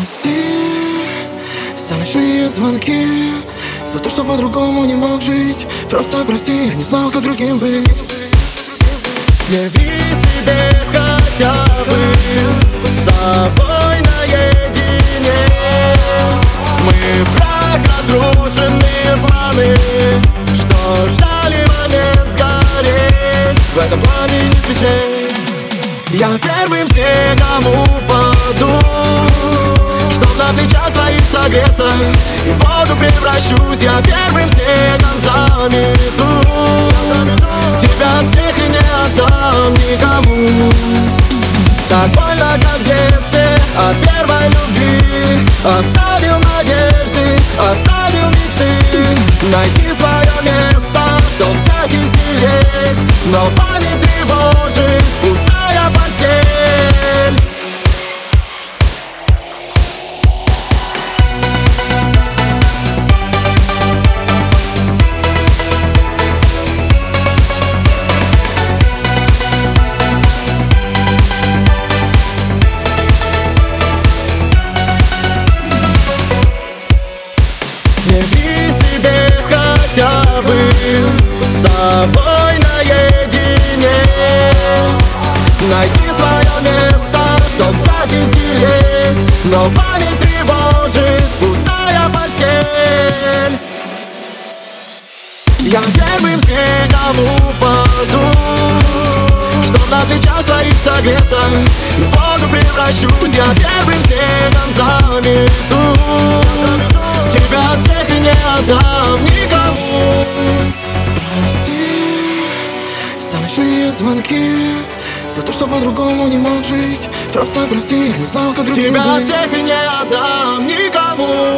Прости за ночные звонки, за то, что по-другому не мог жить. Просто прости, я не знал, как другим быть. Яви себе хотя бы с собой наедине. Мы враг, разрушенные планы, что ждали момент сгореть. В этом пламени свечей я первым снегом упаду, чтоб на плечах твоих согреться, и в воду превращусь. Я первым снегом замету тебя от всех и не отдам никому. Так больно, как в детстве от первой любви. Оставил надежды, оставил мечты, найти свое место, чтоб всякий стереть, но память тревожит пустая постель. Яви себе хотя бы с собой наедине. Найди свое место, чтоб всякий стереть, но память тревожит пустая постель. Я первым снегом упаду, чтоб на плечах твоих согреться, и в воду превращусь. Я первым снегом замету тебя от всех и не отдам никому. Прости за ночные звонки, за то, что по-другому не мог жить. Просто прости, я не знал, как другим Тебя от быть. всех и не отдам никому.